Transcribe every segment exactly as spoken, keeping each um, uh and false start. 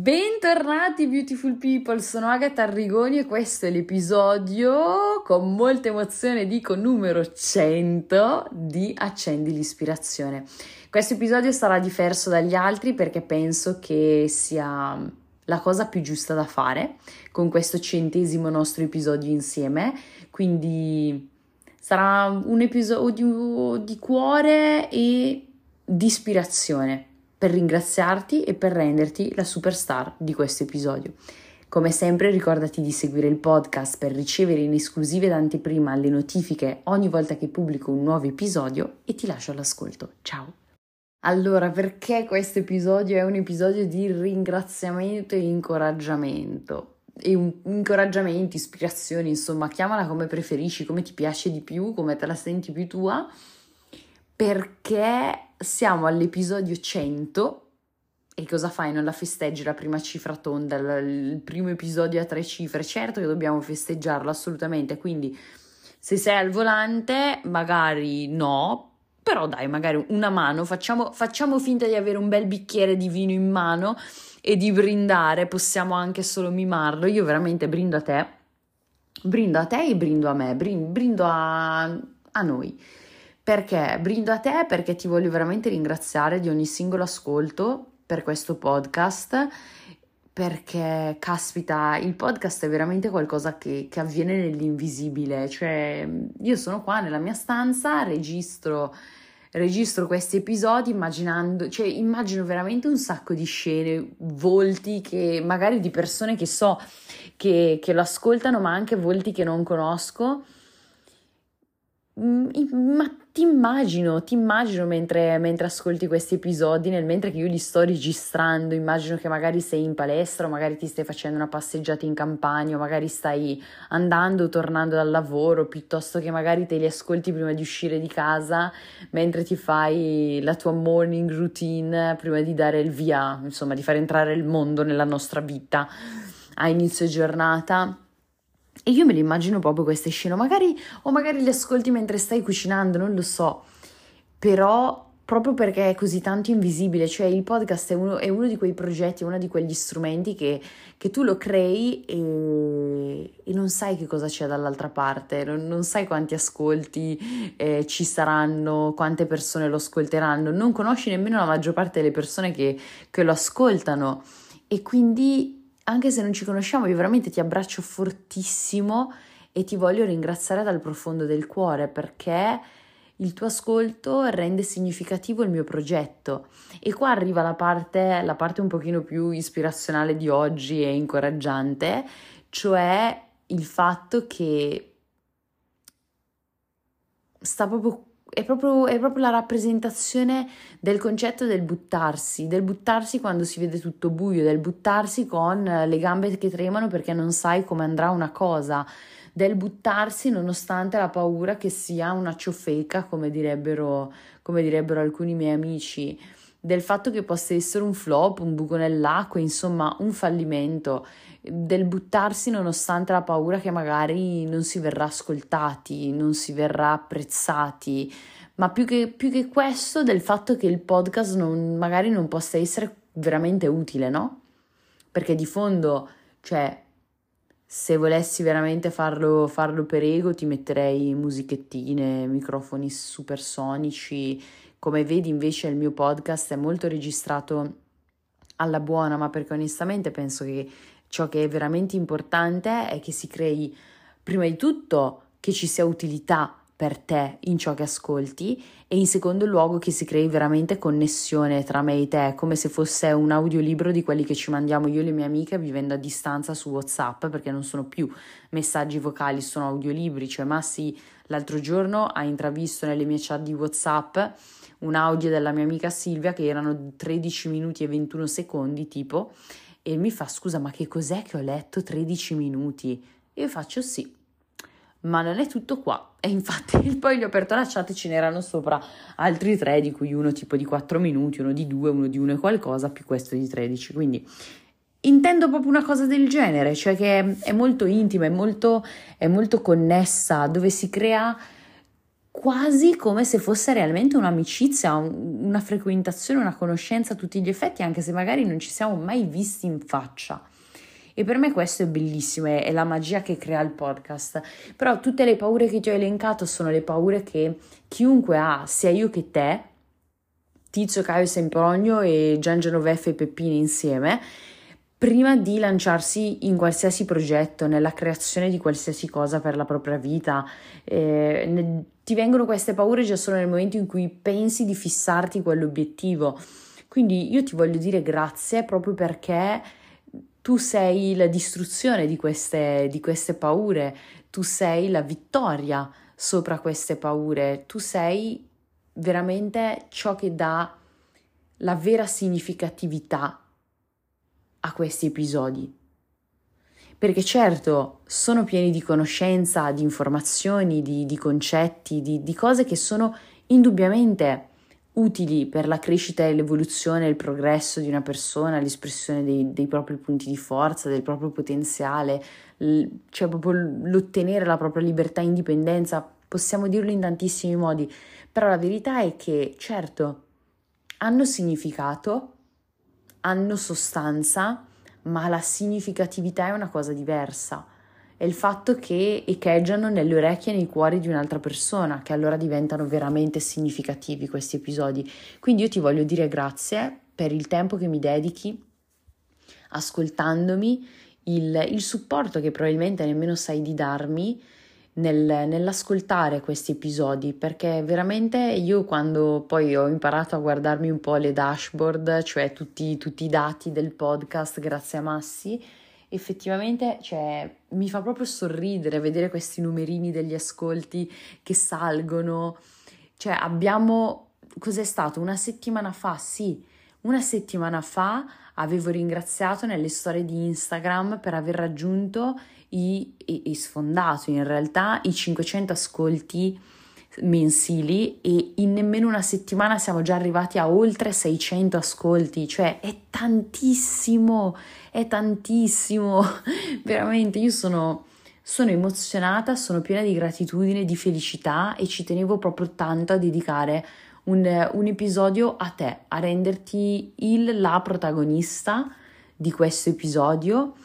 Bentornati beautiful people, sono Agata Arrigoni e questo è l'episodio, con molta emozione dico, numero cento di Accendi l'ispirazione. Questo episodio sarà diverso dagli altri perché penso che sia la cosa più giusta da fare con questo centesimo nostro episodio insieme, quindi sarà un episodio di cuore e di ispirazione, per ringraziarti e per renderti la superstar di questo episodio. Come sempre ricordati di seguire il podcast per ricevere in esclusiva ed anteprima le notifiche ogni volta che pubblico un nuovo episodio e ti lascio all'ascolto. Ciao! Allora, perché questo episodio è un episodio di ringraziamento e incoraggiamento? E un incoraggiamento, ispirazione, insomma, chiamala come preferisci, come ti piace di più, come te la senti più tua, perché siamo all'episodio cento e cosa fai? Non la festeggi la prima cifra tonda, il primo episodio a tre cifre? Certo che dobbiamo festeggiarlo assolutamente, quindi se sei al volante magari no, però dai, magari una mano, facciamo, facciamo finta di avere un bel bicchiere di vino in mano e di brindare, possiamo anche solo mimarlo. Io veramente brindo a te, brindo a te e brindo a me, brindo a, a noi. Perché? Brindo a te perché ti voglio veramente ringraziare di ogni singolo ascolto per questo podcast, perché caspita, il podcast è veramente qualcosa che, che avviene nell'invisibile, cioè io sono qua nella mia stanza, registro, registro questi episodi immaginando, cioè immagino veramente un sacco di scene, volti che magari di persone che so che, che lo ascoltano, ma anche volti che non conosco. Ma ti immagino, ti immagino mentre, mentre ascolti questi episodi, nel mentre che io li sto registrando, immagino che magari sei in palestra o magari ti stai facendo una passeggiata in campagna o magari stai andando o tornando dal lavoro, piuttosto che magari te li ascolti prima di uscire di casa, mentre ti fai la tua morning routine, prima di dare il via, insomma di far entrare il mondo nella nostra vita a inizio giornata. E io me le immagino proprio queste scene, magari, o magari le ascolti mentre stai cucinando, non lo so, però proprio perché è così tanto invisibile, cioè il podcast è uno, è uno di quei progetti, uno di quegli strumenti che, che tu lo crei e, e non sai che cosa c'è dall'altra parte, non, non sai quanti ascolti eh, ci saranno, quante persone lo ascolteranno, non conosci nemmeno la maggior parte delle persone che, che lo ascoltano e quindi... Anche se non ci conosciamo, io veramente ti abbraccio fortissimo e ti voglio ringraziare dal profondo del cuore perché il tuo ascolto rende significativo il mio progetto. E qua arriva la parte, la parte un pochino più ispirazionale di oggi e incoraggiante, cioè il fatto che sta proprio È proprio, è proprio la rappresentazione del concetto del buttarsi, del buttarsi quando si vede tutto buio, del buttarsi con le gambe che tremano perché non sai come andrà una cosa, del buttarsi nonostante la paura che sia una ciofeca, come direbbero, come direbbero alcuni miei amici, del fatto che possa essere un flop, un buco nell'acqua, insomma un fallimento, del buttarsi nonostante la paura che magari non si verrà ascoltati, non si verrà apprezzati, ma più che, più che questo del fatto che il podcast non, magari non possa essere veramente utile, no? Perché di fondo, cioè, se volessi veramente farlo, farlo per ego ti metterei musichettine, microfoni supersonici. Come vedi invece il mio podcast è molto registrato alla buona, ma perché onestamente penso che ciò che è veramente importante è che si crei prima di tutto che ci sia utilità per te in ciò che ascolti e in secondo luogo che si crei veramente connessione tra me e te, come se fosse un audiolibro di quelli che ci mandiamo io e le mie amiche vivendo a distanza su WhatsApp, perché non sono più messaggi vocali, sono audiolibri. Cioè Massi l'altro giorno ha intravisto nelle mie chat di WhatsApp un audio della mia amica Silvia che erano tredici minuti e ventuno secondi tipo, e mi fa: scusa, ma che cos'è che ho letto tredici minuti? E io faccio: sì, ma non è tutto qua. E infatti poi gli ho aperto la chat e ce n'erano sopra altri tre, di cui uno tipo di quattro minuti, uno di due, uno di uno e qualcosa, più questo di tredici. Quindi intendo proprio una cosa del genere, cioè che è molto intima, è molto, è molto connessa, dove si crea quasi come se fosse realmente un'amicizia, un- una frequentazione, una conoscenza a tutti gli effetti, anche se magari non ci siamo mai visti in faccia. E per me questo è bellissimo, è, è la magia che crea il podcast. Però tutte le paure che ti ho elencato sono le paure che chiunque ha, sia io che te, Tizio, Caio, Sempronio e Gian Genoveffe e Peppino insieme, prima di lanciarsi in qualsiasi progetto, nella creazione di qualsiasi cosa per la propria vita. Eh, ne- ti vengono queste paure già solo nel momento in cui pensi di fissarti quell'obiettivo. Quindi io ti voglio dire grazie proprio perché tu sei la distruzione di queste, di queste paure, tu sei la vittoria sopra queste paure, tu sei veramente ciò che dà la vera significatività a questi episodi. Perché certo, sono pieni di conoscenza, di informazioni, di, di concetti, di, di cose che sono indubbiamente utili per la crescita e l'evoluzione e il progresso di una persona, l'espressione dei, dei propri punti di forza, del proprio potenziale, l- cioè proprio l'ottenere la propria libertà e indipendenza. Possiamo dirlo in tantissimi modi, però la verità è che, certo, hanno significato, hanno sostanza, ma la significatività è una cosa diversa. È il fatto che echeggiano nelle orecchie e nei cuori di un'altra persona, che allora diventano veramente significativi questi episodi. Quindi io ti voglio dire grazie per il tempo che mi dedichi ascoltandomi, il, il supporto che probabilmente nemmeno sai di darmi nel, nell'ascoltare questi episodi, perché veramente io quando poi ho imparato a guardarmi un po' le dashboard, cioè tutti, tutti i dati del podcast grazie a Massi, effettivamente cioè, mi fa proprio sorridere vedere questi numerini degli ascolti che salgono. Cioè abbiamo, cos'è stato? Una settimana fa, sì, una settimana fa avevo ringraziato nelle storie di Instagram per aver raggiunto i, e, e sfondato in realtà i cinquecento ascolti mensili e in nemmeno una settimana siamo già arrivati a oltre seicento ascolti, cioè è tantissimo, è tantissimo, veramente io sono, sono emozionata, sono piena di gratitudine, di felicità e ci tenevo proprio tanto a dedicare un, un episodio a te, a renderti il, la protagonista di questo episodio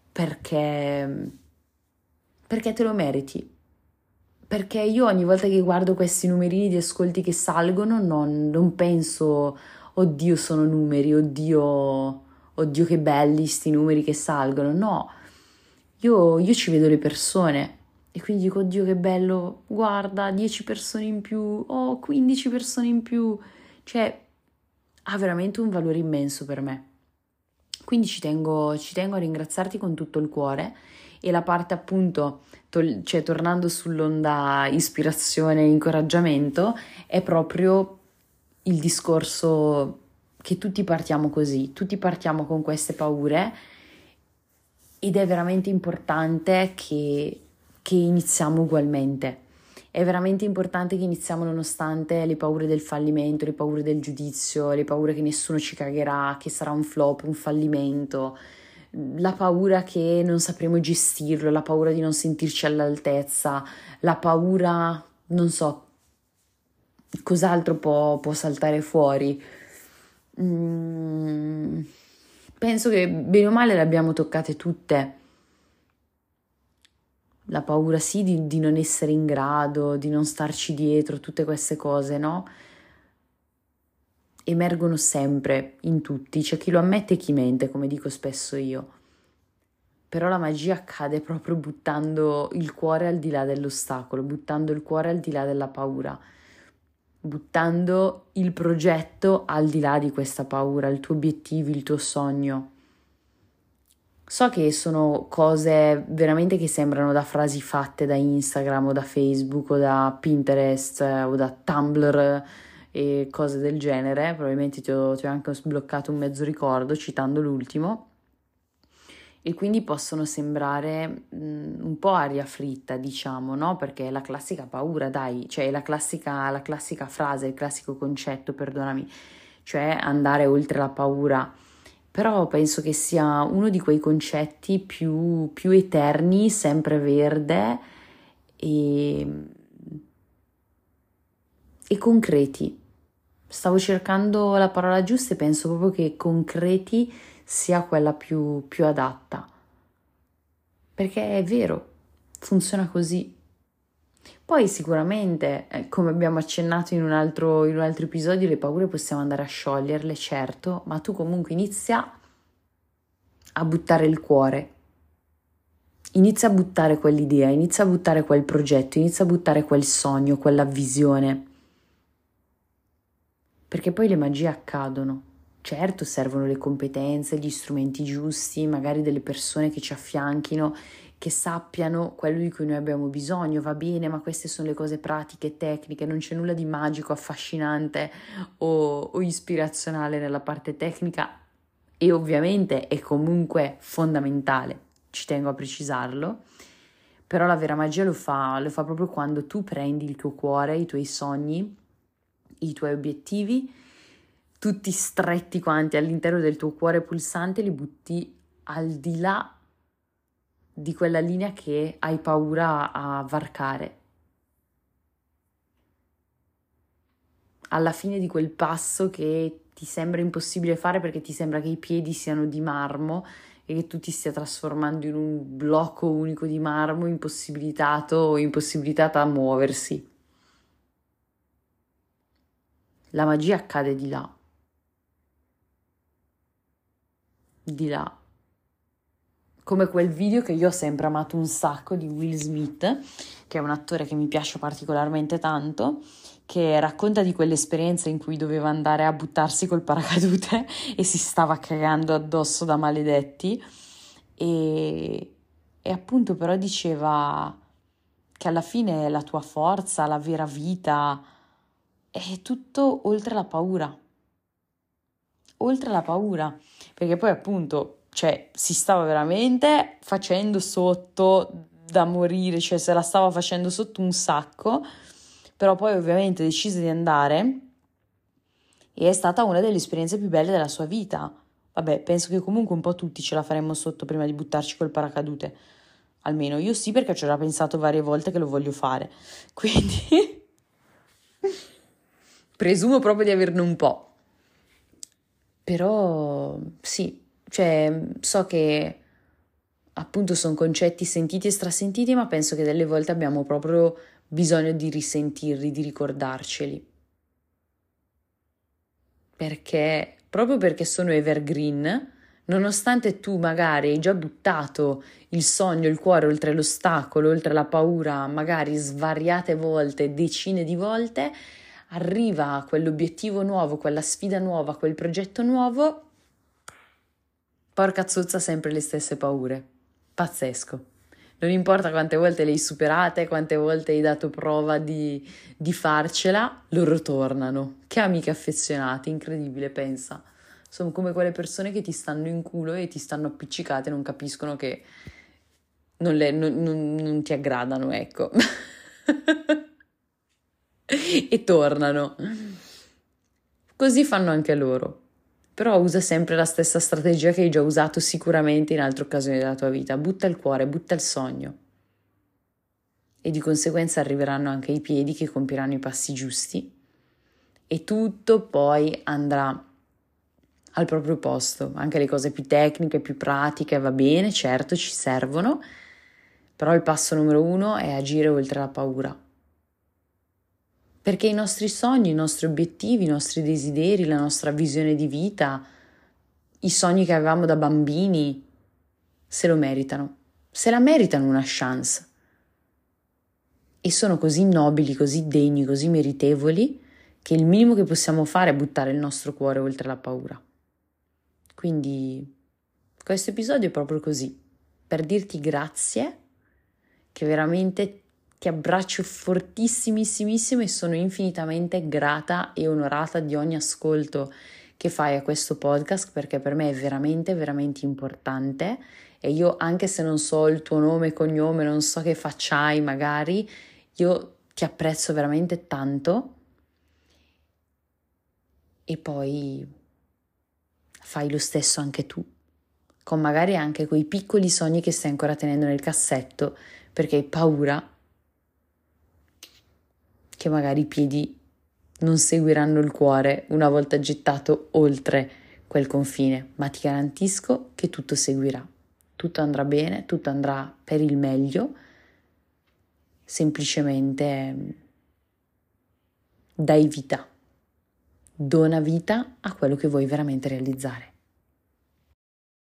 perché, perché te lo meriti. Perché io ogni volta che guardo questi numerini di ascolti che salgono non, non penso, oddio sono numeri, oddio, oddio che belli sti numeri che salgono. No, io, io ci vedo le persone e quindi dico, oddio che bello, guarda, dieci persone in più, oh, quindici persone in più. Cioè, ha veramente un valore immenso per me. Quindi ci tengo, ci tengo a ringraziarti con tutto il cuore e la parte appunto, tol- cioè tornando sull'onda ispirazione e incoraggiamento, è proprio il discorso che tutti partiamo così, tutti partiamo con queste paure ed è veramente importante che, che iniziamo ugualmente. È veramente importante che iniziamo nonostante le paure del fallimento, le paure del giudizio, le paure che nessuno ci cagherà, che sarà un flop, un fallimento, la paura che non sapremo gestirlo, la paura di non sentirci all'altezza, la paura, non so, cos'altro può, può saltare fuori. Mm, penso che bene o male le abbiamo toccate tutte. La paura sì di, di non essere in grado, di non starci dietro, tutte queste cose, no? Emergono sempre in tutti, c'è chi lo ammette e chi mente, come dico spesso io. Però la magia accade proprio buttando il cuore al di là dell'ostacolo, buttando il cuore al di là della paura, buttando il progetto al di là di questa paura, il tuo obiettivo, il tuo sogno. So che sono cose veramente che sembrano da frasi fatte da Instagram o da Facebook o da Pinterest eh, o da Tumblr e cose del genere. Probabilmente ti ho, ti ho anche sbloccato un mezzo ricordo citando l'ultimo. E quindi possono sembrare mh, un po' aria fritta, diciamo, no? Perché è la classica paura, dai, cioè è la classica, la classica frase, il classico concetto, perdonami, cioè andare oltre la paura. Però penso che sia uno di quei concetti più, più eterni, sempreverde e, e concreti. Stavo cercando la parola giusta e penso proprio che concreti sia quella più, più adatta. Perché è vero, funziona così. Poi sicuramente, eh, come abbiamo accennato in un altro, in un altro episodio, le paure possiamo andare a scioglierle, certo, ma tu comunque inizia a buttare il cuore. Inizia a buttare quell'idea, inizia a buttare quel progetto, inizia a buttare quel sogno, quella visione. Perché poi le magie accadono. Certo, servono le competenze, gli strumenti giusti, magari delle persone che ci affianchino, che sappiano quello di cui noi abbiamo bisogno, va bene, ma queste sono le cose pratiche, tecniche, non c'è nulla di magico, affascinante o, o ispirazionale nella parte tecnica e ovviamente è comunque fondamentale, ci tengo a precisarlo, però la vera magia lo fa, lo fa proprio quando tu prendi il tuo cuore, i tuoi sogni, i tuoi obiettivi, tutti stretti quanti all'interno del tuo cuore pulsante, li butti al di là di quella linea che hai paura a varcare. Alla fine di quel passo che ti sembra impossibile fare perché ti sembra che i piedi siano di marmo e che tu ti stia trasformando in un blocco unico di marmo impossibilitato o impossibilitata a muoversi. La magia accade di là. Di là. Come quel video che io ho sempre amato un sacco di Will Smith, che è un attore che mi piace particolarmente tanto, che racconta di quell'esperienza in cui doveva andare a buttarsi col paracadute e si stava cagando addosso da maledetti e, e appunto però diceva che alla fine la tua forza, la vera vita è tutto oltre la paura, oltre la paura, perché poi appunto cioè si stava veramente facendo sotto da morire, cioè se la stava facendo sotto un sacco, però poi ovviamente decise di andare e è stata una delle esperienze più belle della sua vita. Vabbè, penso che comunque un po' tutti ce la faremmo sotto prima di buttarci col paracadute, almeno io sì, perché ci ho già pensato varie volte che lo voglio fare, quindi presumo proprio di averne un po', però sì. Cioè, so che appunto sono concetti sentiti e strasentiti, ma penso che delle volte abbiamo proprio bisogno di risentirli, di ricordarceli. Perché, proprio perché sono evergreen, nonostante tu magari hai già buttato il sogno, il cuore oltre l'ostacolo, oltre la paura, magari svariate volte, decine di volte, arriva quell'obiettivo nuovo, quella sfida nuova, quel progetto nuovo. Porca zozza, sempre le stesse paure. Pazzesco. Non importa quante volte le hai superate, quante volte hai dato prova di, di farcela, loro tornano. Che amiche affezionate, incredibile, pensa. Sono come quelle persone che ti stanno in culo e ti stanno appiccicate e non capiscono che non, le, non, non, non ti aggradano, ecco. E tornano. Così fanno anche loro. Però usa sempre la stessa strategia che hai già usato sicuramente in altre occasioni della tua vita. Butta il cuore, butta il sogno. E di conseguenza arriveranno anche i piedi che compiranno i passi giusti e tutto poi andrà al proprio posto. Anche le cose più tecniche, più pratiche, va bene, certo, ci servono, però il passo numero uno è agire oltre la paura. Perché i nostri sogni, i nostri obiettivi, i nostri desideri, la nostra visione di vita, i sogni che avevamo da bambini, se lo meritano, se la meritano una chance. E sono così nobili, così degni, così meritevoli, che il minimo che possiamo fare è buttare il nostro cuore oltre la paura. Quindi questo episodio è proprio così, per dirti grazie, che veramente ti abbraccio fortissimissimissimo e sono infinitamente grata e onorata di ogni ascolto che fai a questo podcast, perché per me è veramente, veramente importante e io, anche se non so il tuo nome e cognome, non so che facciai magari, io ti apprezzo veramente tanto e poi fai lo stesso anche tu, con magari anche quei piccoli sogni che stai ancora tenendo nel cassetto perché hai paura che magari i piedi non seguiranno il cuore una volta gettato oltre quel confine, ma ti garantisco che tutto seguirà, tutto andrà bene, tutto andrà per il meglio, semplicemente dai vita, dona vita a quello che vuoi veramente realizzare.